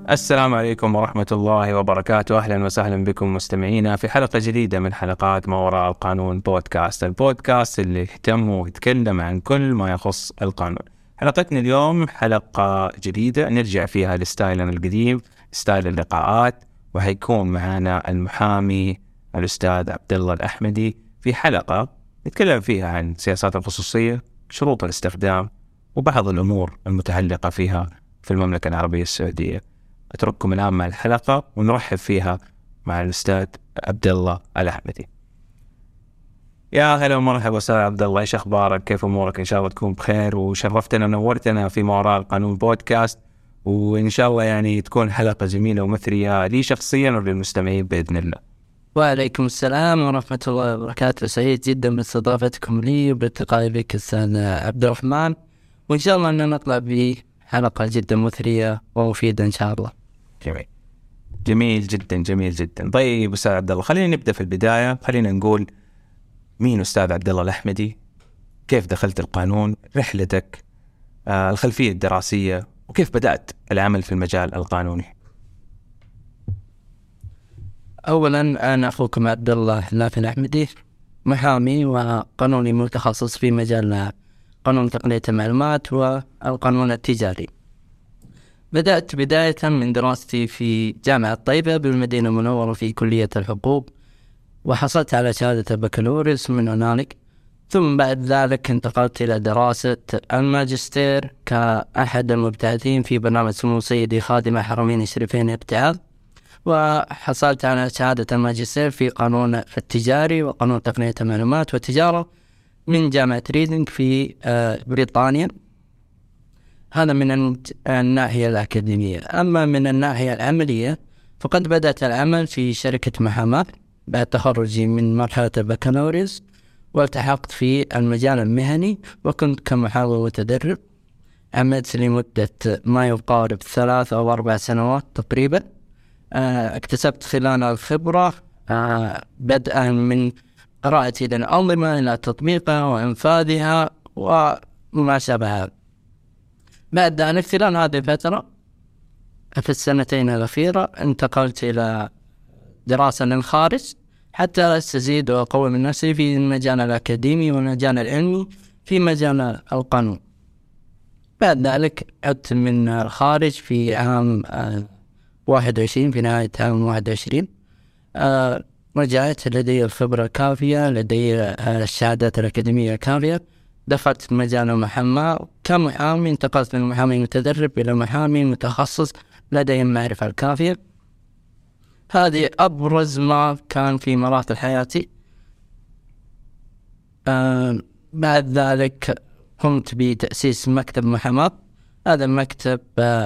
السلام عليكم ورحمة الله وبركاته. أهلا وسهلا بكم مستمعينا في حلقة جديدة من حلقات ما وراء القانون بودكاست، البودكاست اللي يهتم ويتكلم عن كل ما يخص القانون. حلقتنا اليوم حلقة جديدة نرجع فيها لستايلنا القديم، ستايل اللقاءات، وهيكون معنا المحامي الأستاذ عبد الله الأحمدي في حلقة نتكلم فيها عن سياسات الخصوصية، شروط الاستخدام، وبعض الأمور المتعلقة فيها في المملكة العربية السعودية. أترككم الآن مع الحلقة ونرحب فيها مع الأستاذ عبد الله الأحمدي. يا هلا ومرحبا أستاذ عبد الله، إيش أخبارك؟ كيف أمورك؟ إن شاء الله تكون بخير، وشرفتنا ونورتنا في ما وراء القانون بودكاست، وإن شاء الله يعني تكون حلقة جميلة ومثرية لي شخصيا وللمستمعين بإذن الله. وعليكم السلام ورحمة الله وبركاته. سعيد جدا باستضافتكم لي وبالتقاء بك أستاذ عبد الرحمن، وإن شاء الله أن نطلع بحلقة جدا مثرية ومفيدة إن شاء الله. جميل جدا جميل جدا. طيب أستاذ عبد الله، خلينا نبدأ في البداية. خلينا نقول مين أستاذ عبد الله الأحمدي؟ كيف دخلت القانون؟ رحلتك، الخلفية الدراسية، وكيف بدأت العمل في المجال القانوني؟ أولا أنا أخوكم عبد الله الأحمدي، محامي وقانوني متخصص في مجال قانون تقنية المعلومات والقانون التجاري. بدأت بداية من دراستي في جامعة طيبة بالمدينة المنورة في كلية الحقوق، وحصلت على شهادة البكالوريوس من هنالك. ثم بعد ذلك انتقلت إلى دراسة الماجستير كأحد المبتعثين في برنامج سمو سيدي خادم الحرمين الشريفين ابتعاث، وحصلت على شهادة الماجستير في قانون التجاري وقانون تقنية المعلومات والتجارة من جامعة ريدنج في بريطانيا. هذا من الناحية الأكاديمية. أما من الناحية العملية فقد بدأت العمل في شركة محاماة بعد تخرجي من مرحلة البكالوريوس، والتحقت في المجال المهني وكنت كمحاور وتدرب. عملت لمدة ما يقارب 3 أو 4 سنوات تقريبا. اكتسبت خلال الخبرة بدءا من قراءتي للأنظمة إلى تطبيقها وإنفاذها وما شابه. بعد ذلك خلال هذه الفترة في السنتين الأخيرة انتقلت إلى دراسة للخارج حتى أستزيد وأقوي من نفسي في المجال الأكاديمي والمجال العلمي في مجال القانون. بعد ذلك عدت من الخارج في عام 21، في نهاية عام 21 رجعت لدي الخبرة كافية، لدي الشهادات الأكاديمية كافية. دخلت مجال المحاماة كمحامي، انتقلت من محامي متدرب إلى محامي متخصص لدي المعرفة الكافية. هذه أبرز ما كان في مراحل حياتي. بعد ذلك قمت بتأسيس مكتب محاماة. هذا المكتب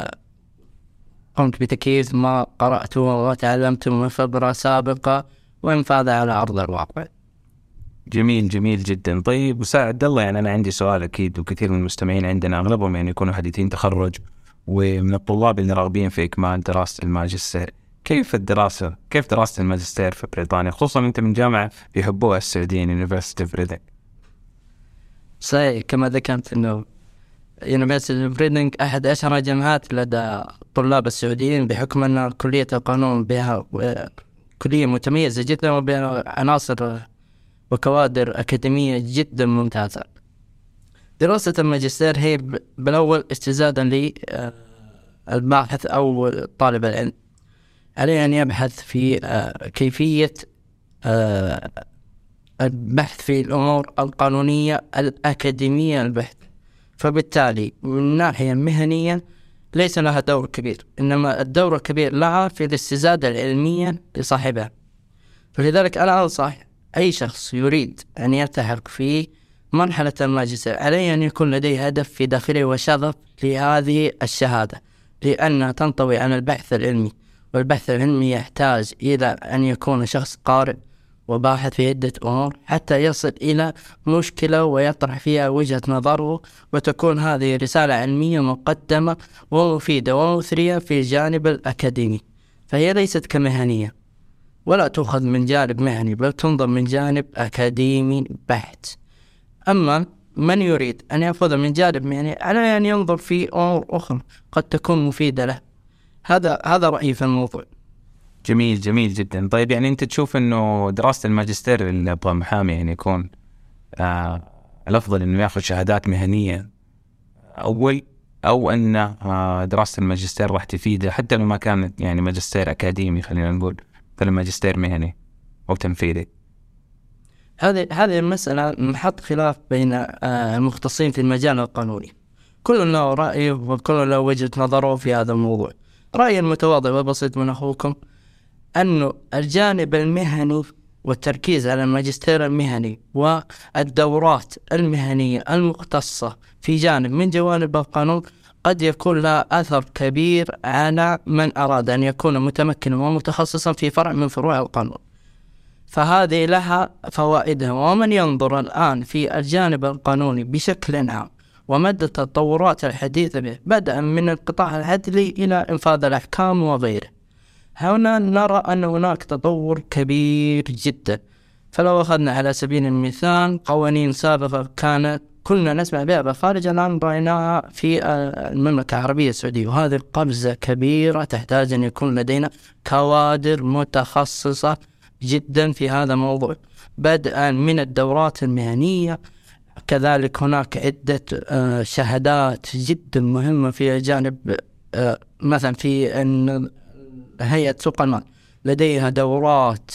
قمت بتكييف ما قرأته وتعلمته من خبرة سابقة وإنفاذها على أرض الواقع. جميل جميل جدا. طيب أستاذ عبد الله، يعني أنا عندي سؤال أكيد، وكثير من المستمعين عندنا أغلبهم يعني يكونوا حديثين تخرج ومن الطلاب اللي راغبين في إكمال دراسة الماجستير. كيف دراسة الماجستير في بريطانيا، خصوصا أنت من جامعة يحبوها السعوديين، University of Reading؟ صحيح، كما ذكرت أنه University of Reading أحد أشهر الجامعات لدى الطلاب السعوديين، بحكم أن كلية القانون بها كلية متميزة جدا وبها عناصر وكوادر أكاديمية جدا ممتازة. دراسة الماجستير هي بالأول استزادة للباحث أو طالب العلم، عليه أن يبحث في كيفية البحث في الأمور القانونية الأكاديمية البحث. فبالتالي من الناحية المهنية ليس لها دور كبير، إنما الدور الكبير لها في الاستزادة العلمية لصاحبها. فلذلك أنا أنصح أي شخص يريد أن يلتحق في مرحلة الماجستير عليه أن يكون لديه هدف في داخله وشغف لهذه الشهادة، لأنها تنطوي عن البحث العلمي، والبحث العلمي يحتاج إلى أن يكون شخص قارئ وباحث في عدة أمور حتى يصل إلى مشكلة ويطرح فيها وجهة نظره، وتكون هذه رسالة علمية مقدمة ومفيدة ومثرية في الجانب الأكاديمي. فهي ليست كمهنية ولا تأخذ من جانب مهني، بل تنظر من جانب أكاديمي بحت. أما من يريد أن يأخذ من جانب مهني عليه أن ينظر في أمور أخرى قد تكون مفيدة له، هذا رأيي في الموضوع. جميل جميل جدا. طيب يعني أنت تشوف إنه دراسة الماجستير اللي يبغى محامي يعني يكون الأفضل إنه يأخذ شهادات مهنية أول، أو أن دراسة الماجستير راح تفيده حتى لو ما كانت يعني ماجستير أكاديمي، خلينا نقول مثلا ماجستير مهني أو تنفيذي؟ هذه المسألة محط خلاف بين المختصين في المجال القانوني، كل له رأيه وكل له وجهة نظره في هذا الموضوع. رأيي المتواضع وبسيط من أخوكم أنه الجانب المهني والتركيز على الماجستير المهني والدورات المهنية المختصة في جانب من جوانب القانون قد يكون لها أثر كبير على من أراد أن يكون متمكنا ومتخصصا في فرع من فروع القانون، فهذه لها فوائدها. ومن ينظر الآن في الجانب القانوني بشكل عام ومدى التطورات الحديثة به بدءا من القطاع العدلي إلى إنفاذ الأحكام وغيره، هنا نرى أن هناك تطور كبير جدا. فلو أخذنا على سبيل المثال قوانين سابقة كانت كلنا نسمع بها خارج، الآن رأيناها في المملكة العربية السعودية، وهذه قفزة كبيرة تحتاج أن يكون لدينا كوادر متخصصة جدا في هذا الموضوع، بدءا من الدورات المهنية. كذلك هناك عدة شهادات جدا مهمة في جانب مثلا في أن هيئة سوق المال لديها دورات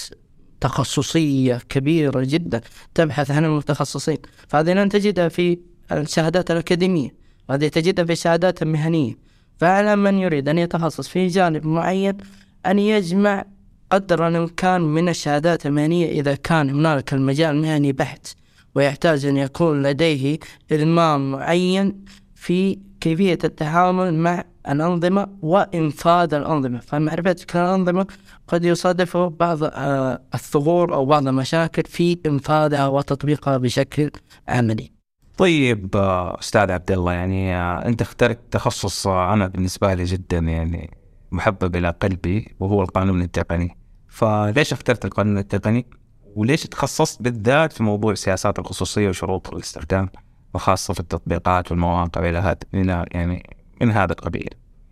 تخصصية كبيرة جدا تبحث عن المتخصصين، فهذه لن تجدها في الشهادات الأكاديمية، هذه تجدها في الشهادات المهنية. فعلى من يريد أن يتخصص في جانب معين أن يجمع قدر الإمكان من الشهادات المهنية إذا كان هناك المجال مهني بحت ويحتاج أن يكون لديه إلمام معين في كيفية التعامل مع الأنظمة وإنفاذ الأنظمة. فمعرفة الأنظمة قد يصادفه بعض الثغور أو بعض المشاكل في إنفاذها وتطبيقها بشكل عملي. طيب أستاذ عبد الله، يعني أنت اخترت تخصص أنا بالنسبة لي جدا يعني محبب إلى قلبي، وهو القانون التقني. فليش اخترت القانون التقني؟ وليش تخصصت بالذات في موضوع سياسات الخصوصية وشروط الاستخدام، وخاصة في التطبيقات والمواقع إلى يعني من هذا القبيل؟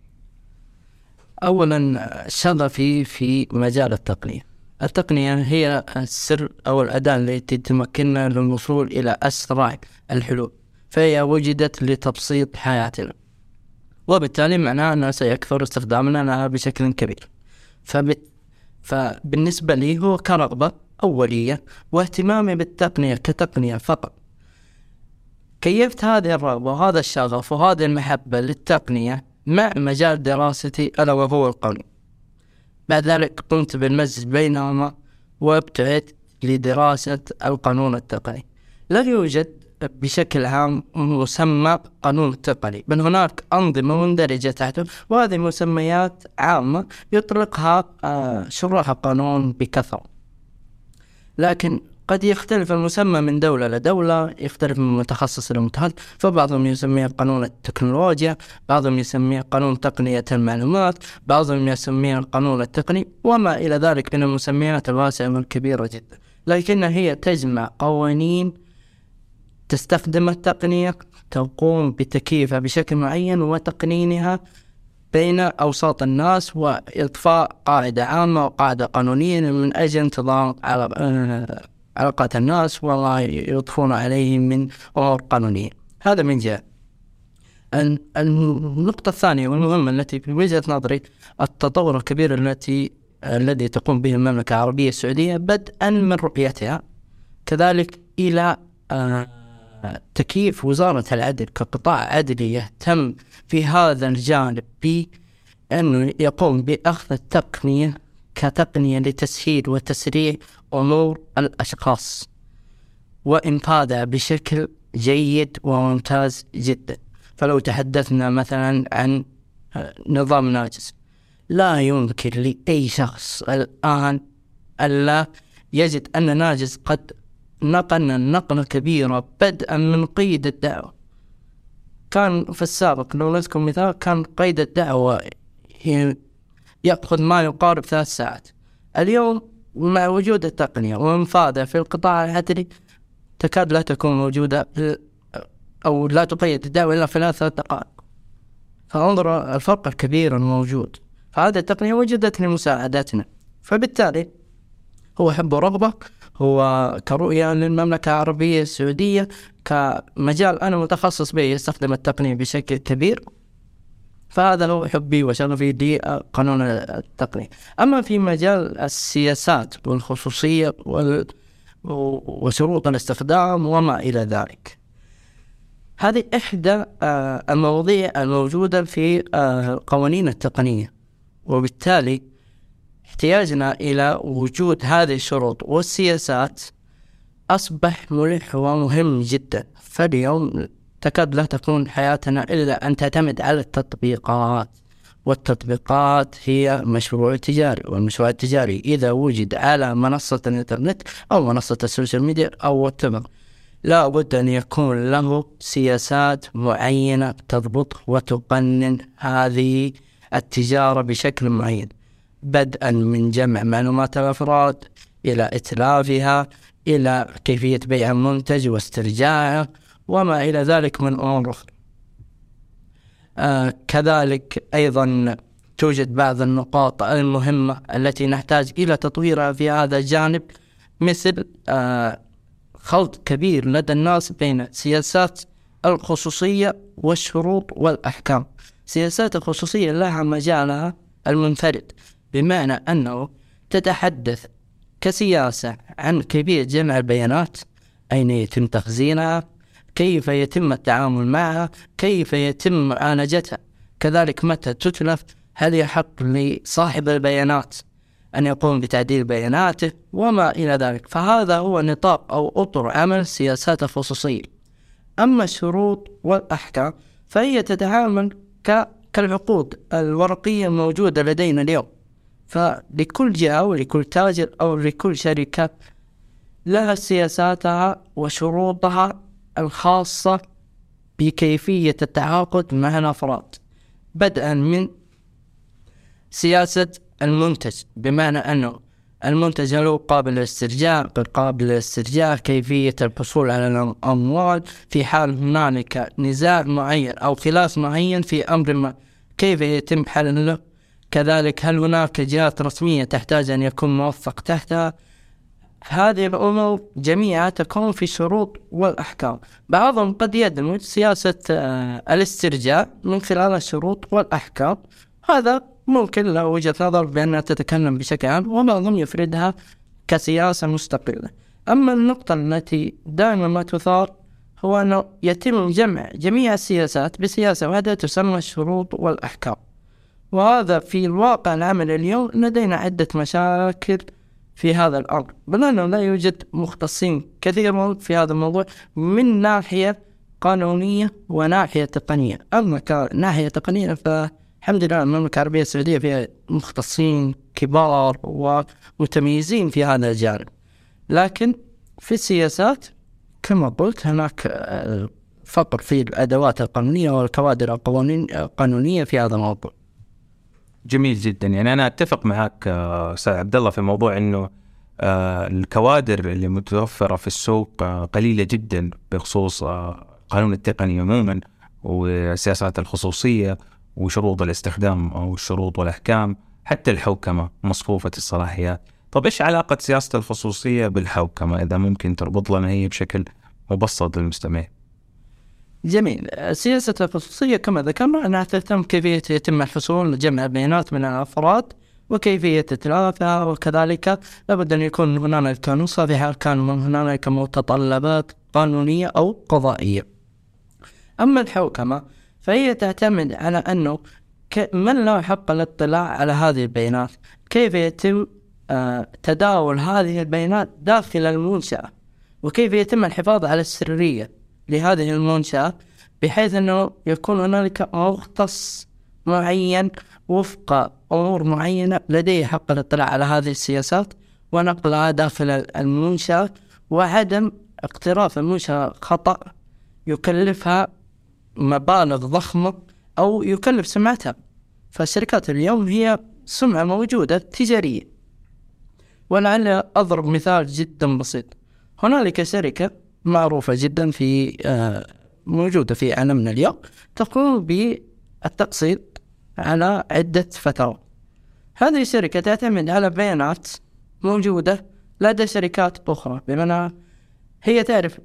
أولا شغفي في مجال التقنية هي السر أو الأداة التي تمكننا للوصول إلى أسرع الحلول، فهي وجدت لتبسيط حياتنا، وبالتالي معناه أنه سيكثر استخدامنا لها بشكل كبير. فبالنسبة لي هو كرغبة أولية واهتمامي بالتقنية كتقنية فقط. كيفت هذه الرغبة وهذا الشغف وهذه المحبة للتقنية مع مجال دراستي ألا وهو القانون. بعد ذلك قمت بالمزج بينهما وابتعدت لدراسة القانون التقني. لا يوجد بشكل عام مسمى قانون تقني، بل هناك أنظمة مندرجة تحته، وهذه مسميات عامة يطلقها شراح القانون بكثرة، لكن قد يختلف المسمى من دولة لدولة، يختلف من متخصص لمتخصص. فبعضهم يسميه قانون التكنولوجيا، بعضهم يسميه قانون تقنية المعلومات، بعضهم يسميه القانون التقني، وما إلى ذلك من المسميات الواسعة والكبيرة جدا، لكنها هي تجمع قوانين تستخدم التقنية، تقوم بتكييفها بشكل معين وتقنينها بين أوساط الناس، وإضفاء قاعدة عامة وقاعدة قانونية من أجل انتظام علاقات الناس وما يضفون عليه من أمور قانونية. هذا من جهة. النقطة الثانية والمهمة التي في وجهة نظري التطور الكبير الذي تقوم به المملكة العربية السعودية بدءا من رؤيتها، كذلك إلى تكييف وزارة العدل كقطاع عدلي يهتم في هذا الجانب بأنه يقوم بأخذ التقنية كتقنية لتسهيل وتسريع أمور الأشخاص وإنفاذها بشكل جيد وممتاز جدا. فلو تحدثنا مثلا عن نظام ناجز، لا يمكن لأي شخص الآن ألا يجد أن ناجز قد نقلنا نقلة كبيرة بدءا من قيد الدعوة. كان في السابق لو نذكر مثال كان قيد الدعوة يأخذ ما يقارب 3 ساعات، اليوم مع وجود التقنية وانفاذها في القطاع العدلي تكاد لا تكون موجودة أو لا تقيد الدعوة إلا في 3 دقائق. فانظر الفرق الكبير الموجود. فهذه التقنية وجدت لمساعدتنا. فبالتالي هو حب ورغبة، هو كرؤية للمملكة العربية السعودية كمجال أنا متخصص به يستخدم التقنية بشكل كبير، فهذا هو حبي وشغفي لقانون التقنية. أما في مجال السياسات والخصوصية وشروط الاستخدام وما إلى ذلك، هذه إحدى المواضيع الموجودة في القوانين التقنية، وبالتالي احتياجنا إلى وجود هذه الشروط والسياسات أصبح ملح ومهم جدا. فاليوم تكاد لا تكون حياتنا إلا أن تعتمد على التطبيقات، والتطبيقات هي مشروع تجاري، والمشروع التجاري إذا وجد على منصة الإنترنت أو منصة السوشيال ميديا أو واتبع، لا بد أن يكون له سياسات معينة تضبط وتقنن هذه التجارة بشكل معين، بدءا من جمع معلومات الأفراد إلى إتلافها إلى كيفية بيع المنتج واسترجاعه وما إلى ذلك من أمور أخرى. كذلك أيضا توجد بعض النقاط المهمة التي نحتاج إلى تطويرها في هذا الجانب، مثل خلط كبير لدى الناس بين سياسات الخصوصية والشروط والأحكام. سياسات الخصوصية لها مجالها المنفرد، بمعنى أنه تتحدث كسياسة عن كيفية جمع البيانات، أين يتم تخزينها، كيف يتم التعامل معها، كيف يتم معالجتها، كذلك متى تتلف، هل يحق لصاحب البيانات أن يقوم بتعديل بياناته وما إلى ذلك. فهذا هو نطاق أو أطر عمل سياسات الخصوصية. أما الشروط والأحكام فهي تتعامل كالعقود الورقية الموجودة لدينا اليوم، فلكل جهة ولكل تاجر أو لكل شركة لها سياساتها وشروطها الخاصة بكيفية التعاقد مع الأفراد، بدءا من سياسة المنتج، بمعنى أنه المنتج له قابل للاسترجاع، قابل للاسترجاع، كيفية الحصول على الأموال في حال هنالك نزاع معين أو خلاف معين في أمر ما، كيف يتم حله، كذلك هل هناك جهات رسمية تحتاج أن يكون موثق تحتها. هذه الأمور جميعها تكون في الشروط والأحكام. بعضهم قد يدمج سياسة الاسترجاع من خلال الشروط والأحكام، هذا ممكن له وجهة نظر بأنها تتكلم بشكل عام، وبعضهم يفردها كسياسة مستقلة. أما النقطة التي دائما ما تثار هو أنه يتم جمع جميع السياسات بسياسة واحدة تسمى الشروط والأحكام، وهذا في الواقع العمل اليوم لدينا عدة مشاكل في هذا الأمر، بل أنه لا يوجد مختصين كثيرون في هذا الموضوع من ناحية قانونية وناحية تقنية. أما كناحية تقنية فالحمد لله المملكة العربية السعودية فيها مختصين كبار ومتميزين في هذا الجانب، لكن في السياسات كما قلت هناك فقر في الأدوات القانونية والكوادر القانونية في هذا الموضوع. جميل جدا. يعني أنا أتفق معك أستاذ عبد الله في موضوع إنه الكوادر اللي متوفرة في السوق قليلة جدا بخصوص قانون التقني عموما وسياسات الخصوصية وشروط الاستخدام أو الشروط والأحكام، حتى الحوكمة مصفوفة الصلاحيات. طب إيش علاقة سياسة الخصوصية بالحوكمة، إذا ممكن تربط لنا هي بشكل مبسط للمستمع؟ جميل. سياسة الخصوصية كما ذكرنا أنها تهتم كيفية يتم الحصول لجمع البيانات من الأفراد وكيفية إتلافها، وكذلك لابد أن يكون هنالك نص في حال كان هنالك متطلبات قانونية أو قضائية. أما الحوكمة فهي تعتمد على أنه من له حق الاطلاع على هذه البيانات، كيف يتم تداول هذه البيانات داخل المنشأة، وكيف يتم الحفاظ على السرية لهذه المنشأة، بحيث أنه يكون هنالك مختص معين وفق أمور معينة لديه حق الاطلاع على هذه السياسات ونقلها داخل المنشأة، وعدم اقتراف المنشأة خطأ يكلفها مبالغ ضخمة أو يكلف سمعتها. فالشركات اليوم هي سمعة موجودة تجارية، ولعل أضرب مثال جدا بسيط. هنالك شركة معروفة جدا في موجودة في عالمنا اليوم تقوم بالتقسيط على عدة فترات، هذه الشركة تعتمد على بيانات موجودة لدى شركات أخرى، بمعنى هي تعرف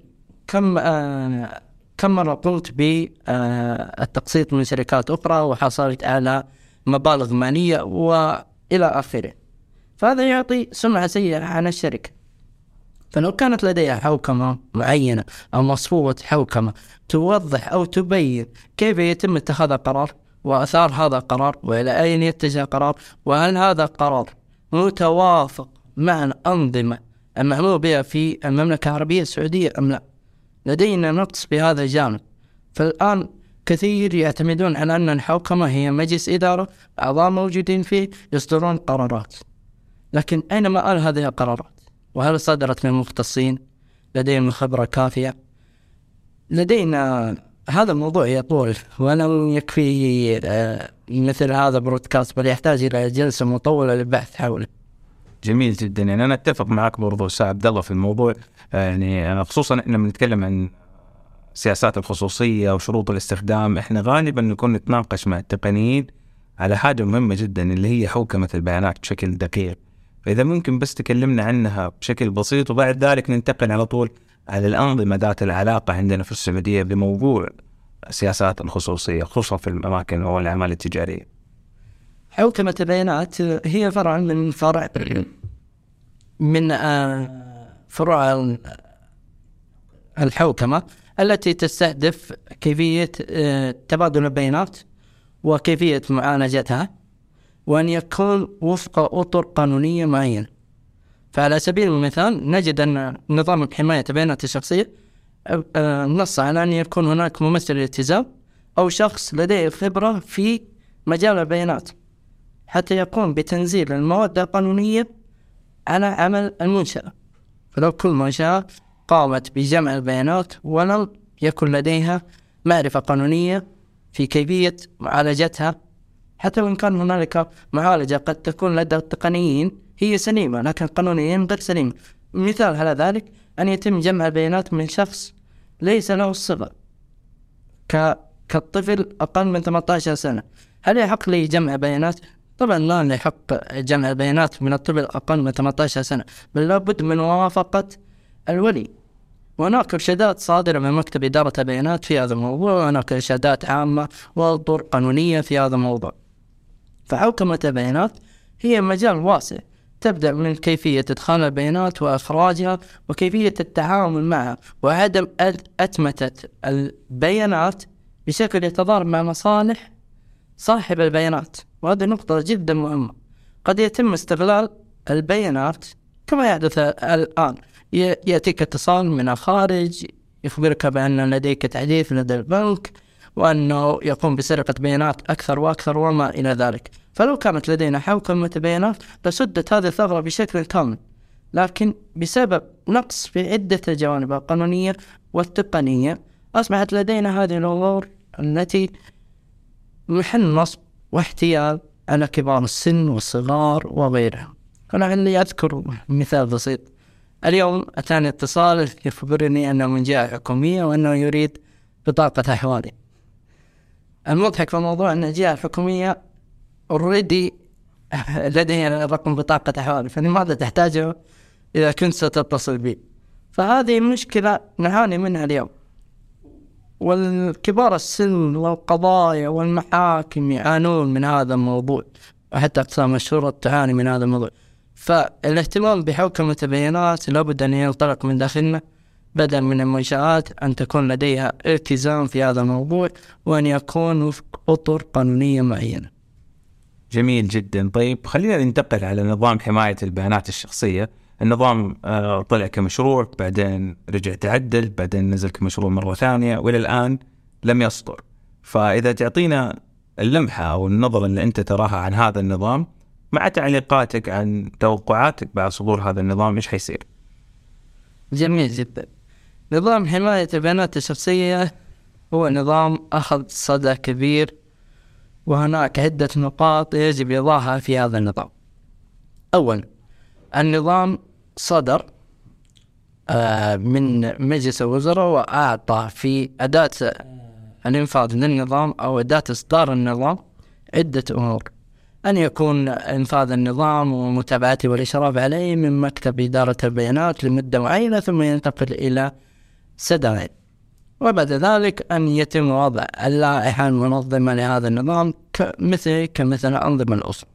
كم مرة قمت بالتقسيط من شركات أخرى وحصلت على مبالغ مالية وإلى آخره. فهذا يعطي سمعة سيئة عن الشركة. فلو كانت لديها حوكمة معينة أو مصفوفة حوكمة توضح أو تبين كيف يتم اتخاذ قرار وأثار هذا القرار وإلى أين يتجه قرار، وهل هذا القرار متوافق مع الأنظمة المعمول بها في المملكة العربية السعودية أم لا. لدينا نقص بهذا الجانب. فالآن كثير يعتمدون على أن الحوكمة هي مجلس إدارة، أعضاء موجودين فيه يصدرون قرارات، لكن أين مآل هذه القرارات؟ وهل صدرت من مختصين لديهم خبرة كافية؟ لدينا هذا الموضوع يطول ولم يكفي مثل هذا برودكاست، بل يحتاج إلى جلسة مطولة للبحث حوله. جميل جدا. يعني أنا أتفق معك برضو أستاذ عبد الله في الموضوع. يعني خصوصا إحنا بنتكلم عن سياسات الخصوصية وشروط الاستخدام، إحنا غالبا نكون نتناقش مع التقنيين على حاجة مهمة جدا اللي هي حوكمة البيانات بشكل دقيق. فإذا ممكن بس تكلمنا عنها بشكل بسيط، وبعد ذلك ننتقل على طول على الأنظمة ذات العلاقة عندنا في السعودية بموضوع سياسات الخصوصية خصوصا في الأماكن والأعمال التجارية. حوكمة البيانات هي فرع من فروع الحوكمة التي تستهدف كيفية تبادل البيانات وكيفية معالجتها، وأن يكون وفق أطر قانونية معينة. فعلى سبيل المثال نجد أن نظام حماية البيانات الشخصية نص على أن يكون هناك ممثل الالتزام أو شخص لديه خبرة في مجال البيانات حتى يقوم بتنزيل المواد القانونية على عمل المنشأة. فلو كل منشأة قامت بجمع البيانات ولم يكن لديها معرفة قانونية في كيفية معالجتها، حتى وإن كان هنالك معالجة قد تكون لدى التقنيين هي سليمة لكن قانونيا غير سليمة. مثال على ذلك أن يتم جمع البيانات من شخص ليس له الصغر كالطفل أقل من 18 سنة. هل يحق لي جمع بيانات؟ طبعا لا يحق جمع البيانات من الطفل أقل من 18 سنة، بل لابد من موافقة الولي. وهناك إرشادات صادرة من مكتب إدارة البيانات في هذا الموضوع، وهناك إرشادات عامة وأطر قانونية في هذا الموضوع. فحوكمة البيانات هي مجال واسع، تبدأ من كيفية إدخال البيانات وإخراجها وكيفية التعامل معها وعدم أتمتة البيانات بشكل يتضارب مع مصالح صاحب البيانات. وهذه نقطة جدا مهمة. قد يتم استغلال البيانات كما يحدث الآن، يأتيك اتصال من الخارج يخبرك بأن لديك تحديث لدى البنك وأنه يقوم بسرقة بيانات أكثر وأكثر وما إلى ذلك. فلو كانت لدينا حوكمة بيانات لسدت هذه الثغرة بشكل كامل، لكن بسبب نقص في عدة الجوانب القانونية والتقنية أصبحت لدينا هذه الأمور التي محل نصب واحتيال على كبار السن والصغار وغيرها. أنا أذكر مثال بسيط. اليوم أتاني اتصال يخبرني أنه من جهة حكومية وأنه يريد بطاقة أحوالي. المضحك في الموضوع أن الجهة الحكومية already لديها رقم بطاقة أحوالي، فلماذا تحتاجه إذا كنت ستتصل بي؟ فهذه مشكلة نعاني منها اليوم، والكبار السن والقضايا والمحاكم يعانون من هذا الموضوع، وحتى أقسام الشرطة تعاني من هذا الموضوع. فالاهتمام بحوكمة البيانات لابد أن ينطلق من داخلنا، بدل من المنشآت أن تكون لديها التزام في هذا الموضوع وأن يكون وفق أطر قانونية معينة. جميل جدا. طيب خلينا ننتقل على نظام حماية البيانات الشخصية. النظام طلع كمشروع، بعدين رجع تعدل، بعدين نزل كمشروع مرة ثانية، وإلى الآن لم يصدر. فإذا تعطينا اللمحة أو النظرة اللي أنت تراها عن هذا النظام مع تعليقاتك عن توقعاتك بعد صدور هذا النظام، إيش حيصير؟ جميل جدا. نظام حماية البيانات الشخصية هو نظام أخذ صدى كبير، وهناك عدة نقاط يجب إيضاحها في هذا النظام. أولا، النظام صدر من مجلس الوزراء وأعطى في أداة الإنفاذ للنظام أو أداة إصدار النظام عدة أمور. أن يكون إنفاذ النظام ومتابعته والإشراف عليه من مكتب إدارة البيانات لمدة معينة، ثم ينتقل إلى سدائر، وبعد ذلك أن يتم وضع اللائحة المنظمة لهذا النظام كمثل أنظمة الأسرة.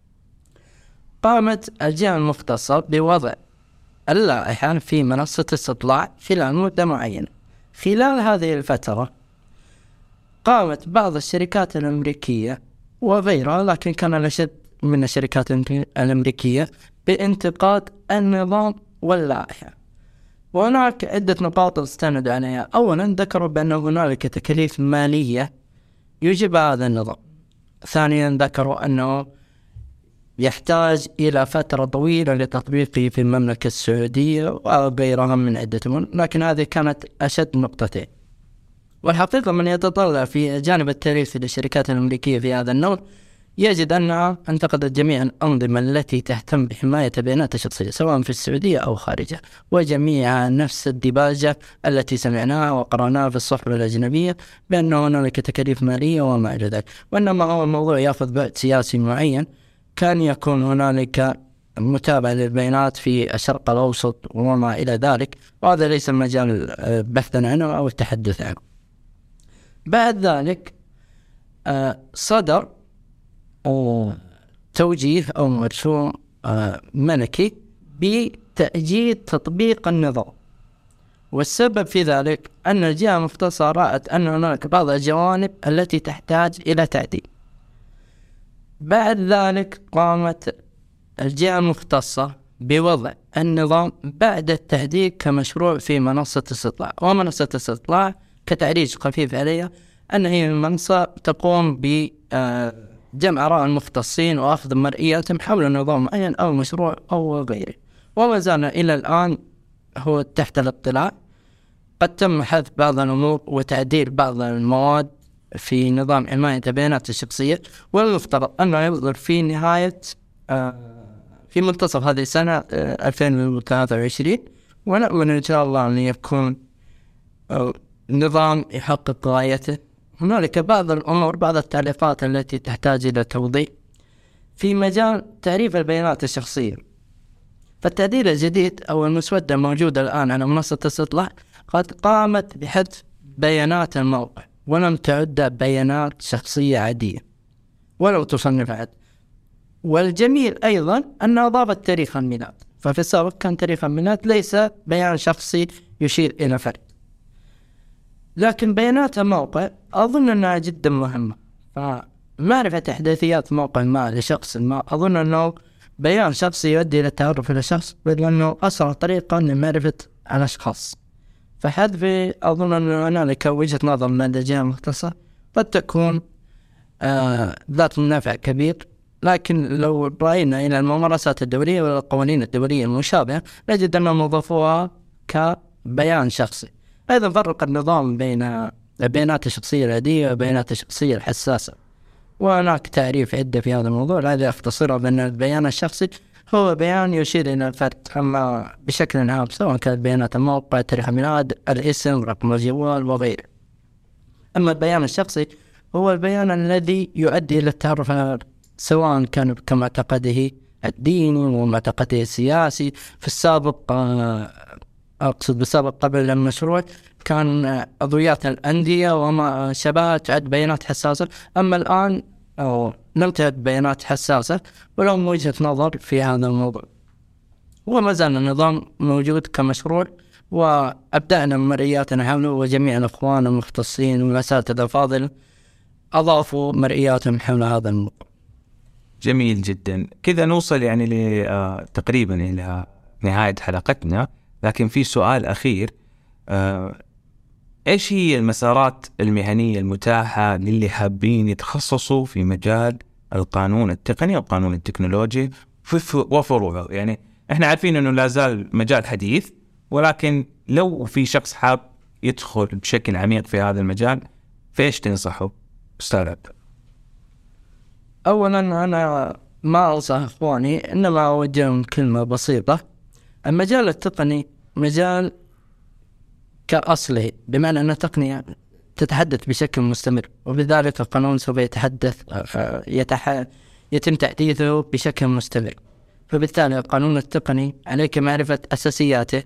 قامت الجهة المختصة بوضع اللائحة في منصة استطلاع خلال مدة معينة. خلال هذه الفترة قامت بعض الشركات الأمريكية وغيرها، لكن كان الأشد من الشركات الأمريكية، بانتقاد النظام واللائحة. وهناك عدة نقاط استندوا عليها. أولا ذكروا بأن هنالك تكاليف مالية يجب هذا النظام. ثانيا ذكروا أنه يحتاج إلى فترة طويلة لتطبيقه في المملكة السعودية وغيرها من عدة أمور، لكن هذه كانت أشد نقطتين. والحقيقة من يتطلع في جانب التاريخي للشركات الأمريكية في هذا النوع يجد أنها انتقدت جميع الأنظمة التي تهتم بحماية البيانات الشخصية سواء في السعودية أو خارجها، وجميعها نفس الديباجة التي سمعناها وقرأناها في الصحف الأجنبية بأن هنالك تكاليف مالية وما إلى ذلك. وإنما هو الموضوع يأخذ بعد سياسي معين، كان يكون هنالك متابعة للبيانات في الشرق الأوسط وما إلى ذلك، وهذا ليس المجال بحثا عنه أو التحدث عنه. بعد ذلك صدر توجيه أو مرسوم ملكي بتأجيل تطبيق النظام، والسبب في ذلك أن الجهة المختصة رأت أن هناك بعض الجوانب التي تحتاج إلى تعديل. بعد ذلك قامت الجهة المختصة بوضع النظام بعد التحديث كمشروع في منصة استطلاع. ومنصة استطلاع كتعريج خفيف عليها أن هي المنصة تقوم بجمع آراء المختصين وأخذ مرئياتهم حول نظام معين أو مشروع أو غيره. وما زال إلى الآن هو تحت الاطلاع. قد تم حذف بعض الأمور وتعديل بعض المواد في نظام حماية البيانات الشخصية، والمفترض أنه يصدر في نهاية في منتصف هذه السنة 2023، ونأمل إن شاء الله أن يكون نظام يحقق غايته. هنالك بعض الأمور، بعض التعليقات التي تحتاج إلى توضيح في مجال تعريف البيانات الشخصية. فالتعديل الجديد أو المسودة الموجودة الآن على منصة استطلاع قد قامت بحذف بيانات الموقع ولم تعد بيانات شخصية عادية ولو تصنف عاد. والجميل أيضا أن أضافت تاريخ الميلاد، ففي السابق كان تاريخ الميلاد ليس بيان شخصي يشير إلى فرد، لكن بيانات الموقع أظن أنها جدا مهمة. فمعرفة إحداثيات موقع ما لشخص ما أظن أنه بيان شخصي يؤدي إلى التعرف على شخص، بل أنه أسرع طريقة لمعرفة الأشخاص. فحذف أظن أن هنالك وجهة نظر من الجهة المختصة قد تكون ذات منافع كبير، لكن لو رأينا إلى الممارسات الدولية والقوانين الدولية المشابهة نجد أنهم وظفوها كبيان شخصي. أيضا فرق النظام بين البيانات الشخصية العادية والبيانات الشخصية الحساسة، وهناك تعريف عدة في هذا الموضوع. هذا اختصره بأن البيان الشخصي هو بيان يشير إلى الفرد، أما بشكل عام سواء كانت بيانات الموقع، تاريخ الميلاد، الاسم، رقم الجوال وغيره. أما البيان الشخصي هو البيان الذي يؤدي إلى التعرف سواء كان كمعتقده الديني ومعتقده السياسي. في السابق أقصد بالسابق قبل المشروع كان عضويات الأندية وما شابه تعد بيانات حساسة، أما الآن لم تعد بيانات حساسة ولهم وجهة نظر في هذا الموضوع. وما زال النظام موجود كمشروع، وأبدأنا مرئياتنا حوله، وجميع الأخوان المختصين والأساتذة الفاضل أضافوا مرئياتهم حول هذا الموضوع. جميل جدا. كذا نوصل يعني تقريبا إلى نهاية حلقتنا، لكن في سؤال أخير. إيش هي المسارات المهنية المتاحة للي حابين يتخصصوا في مجال القانون التقني والقانون التكنولوجي وفروعه؟ يعني إحنا عارفين أنه لا زال مجال حديث، ولكن لو في شخص حاب يدخل بشكل عميق في هذا المجال فإيش تنصحه أستاذ عبد؟ أولا أنا ما أنصح إخواني، إنما أوجههم كلمة بسيطة. المجال التقني مجال كأصله، بمعنى أن التقنية تتحدث بشكل مستمر، وبذلك القانون سوف يتم تحديثه بشكل مستمر. فبالتالي القانون التقني عليك معرفة أساسياته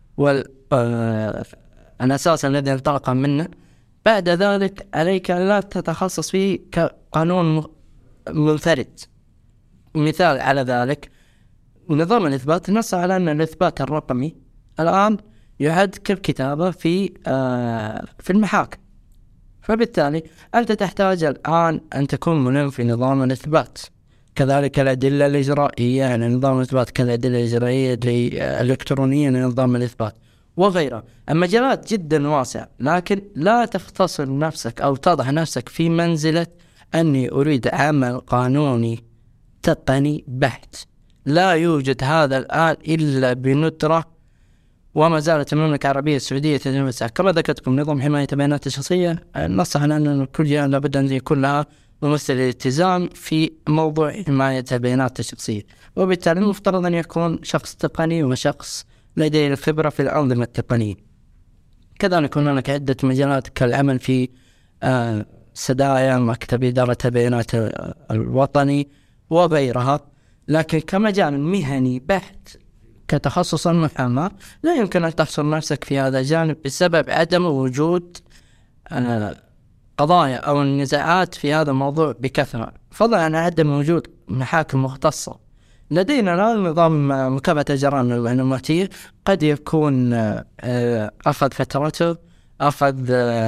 والأساس الذي انطلق منه. بعد ذلك عليك أن لا تتخصص فيه كقانون منفرد. مثال على ذلك نظام الإثبات نص على أن الإثبات الرقمي الآن يعد كالكتابة في المحاكم. فبالتالي أنت تحتاج الآن أن تكون ملم في نظام الإثبات، كذلك الأدلة الإجرائية، يعني نظام الإثبات كالأدلة الإجرائية الإلكترونية لنظام الإثبات وغيرها. المجالات جدا واسعة، لكن لا تختصر نفسك أو تضع نفسك في منزلة أني أريد عمل قانوني تقني بحت. لا يوجد هذا الآن إلا بندرة، وما زالت المملكة العربية السعودية تتمسك كما ذكرتكم نظام حماية البيانات الشخصية نص على أن كل جهة لابد أن يكون لها ممثل الالتزام في موضوع حماية البيانات الشخصية، وبالتالي المفترض أن يكون شخص تقني وشخص لديه الخبرة في الأنظمة التقنية. كذلك هناك عدة مجالات كالعمل في سدايا مكتب إدارة البيانات الوطني وغيرها. لكن كمجال مهني بحت كتخصص المحاماة لا يمكن أن تحصر نفسك في هذا الجانب بسبب عدم وجود قضايا أو النزاعات في هذا الموضوع بكثرة، فضلا عن عدم وجود محاكم مختصة. لدينا الآن نظام مكافحة الجرائم المعلوماتية قد يكون أخذ فترته، أخذ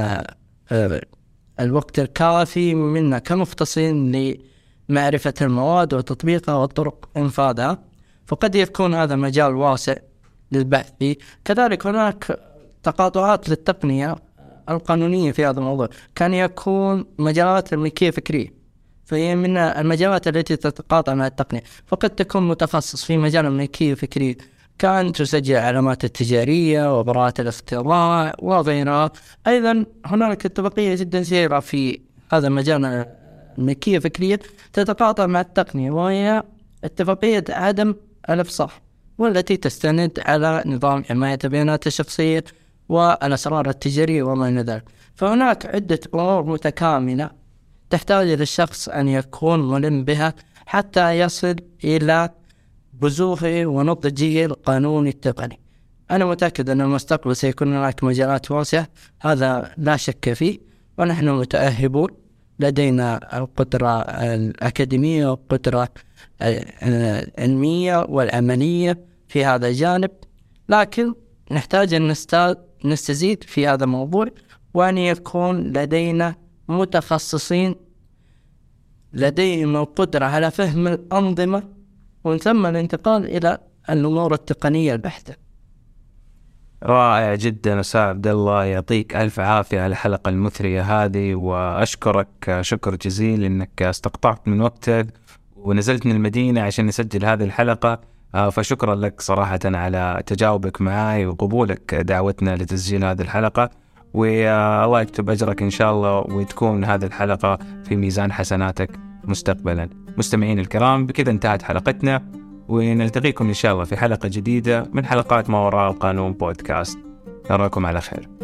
الوقت الكافي منا كمختصين لمعرفة المواد وتطبيقها وطرق إنفاذها، فقد يكون هذا مجال واسع للبحث فيه. كذلك هناك تقاطعات للتقنية القانونية في هذا الموضوع، كان يكون مجالات الملكية فكرية، فهي من المجالات التي تتقاطع مع التقنية. فقد تكون متخصص في مجال الملكية الفكرية كان تسجل علامات التجارية وبراءة الاختراع وغيرها. أيضا هناك اتفاقية جدا سيرة في هذا المجال الملكية الفكرية تتقاطع مع التقنية، وهي اتفاقية عدم الإفصاح، والتي تستند على نظام حماية البيانات الشخصية والأسرار التجارية وما إلى ذلك. فهناك عدة أمور متكاملة تحتاج للشخص أن يكون ملم بها حتى يصل إلى بزوغه ونضجه القانوني التقني. أنا متأكد أن المستقبل سيكون هناك مجالات واسعة، هذا لا شك فيه، ونحن متأهبون، لدينا القدرة الأكاديمية والقدرة العلمية والعملية في هذا الجانب، لكن نحتاج أن نستزيد في هذا الموضوع، وأن يكون لدينا متخصصين لديهم القدرة على فهم الأنظمة ومن ثم الانتقال إلى الأمور التقنية البحتة. رائع جدا أستاذ عبد الله، يعطيك ألف عافية على الحلقة المثرية هذه، وأشكرك شكر جزيل إنك استقطعت من وقتك ونزلت من المدينة عشان نسجل هذه الحلقة. فشكرا لك صراحة على تجاوبك معي وقبولك دعوتنا لتسجيل هذه الحلقة، والله يكتب أجرك إن شاء الله، وتكون هذه الحلقة في ميزان حسناتك مستقبلا. مستمعين الكرام، بكذا انتهت حلقتنا، ونلتقيكم إن شاء الله في حلقة جديدة من حلقات ما وراء القانون بودكاست. نراكم على خير.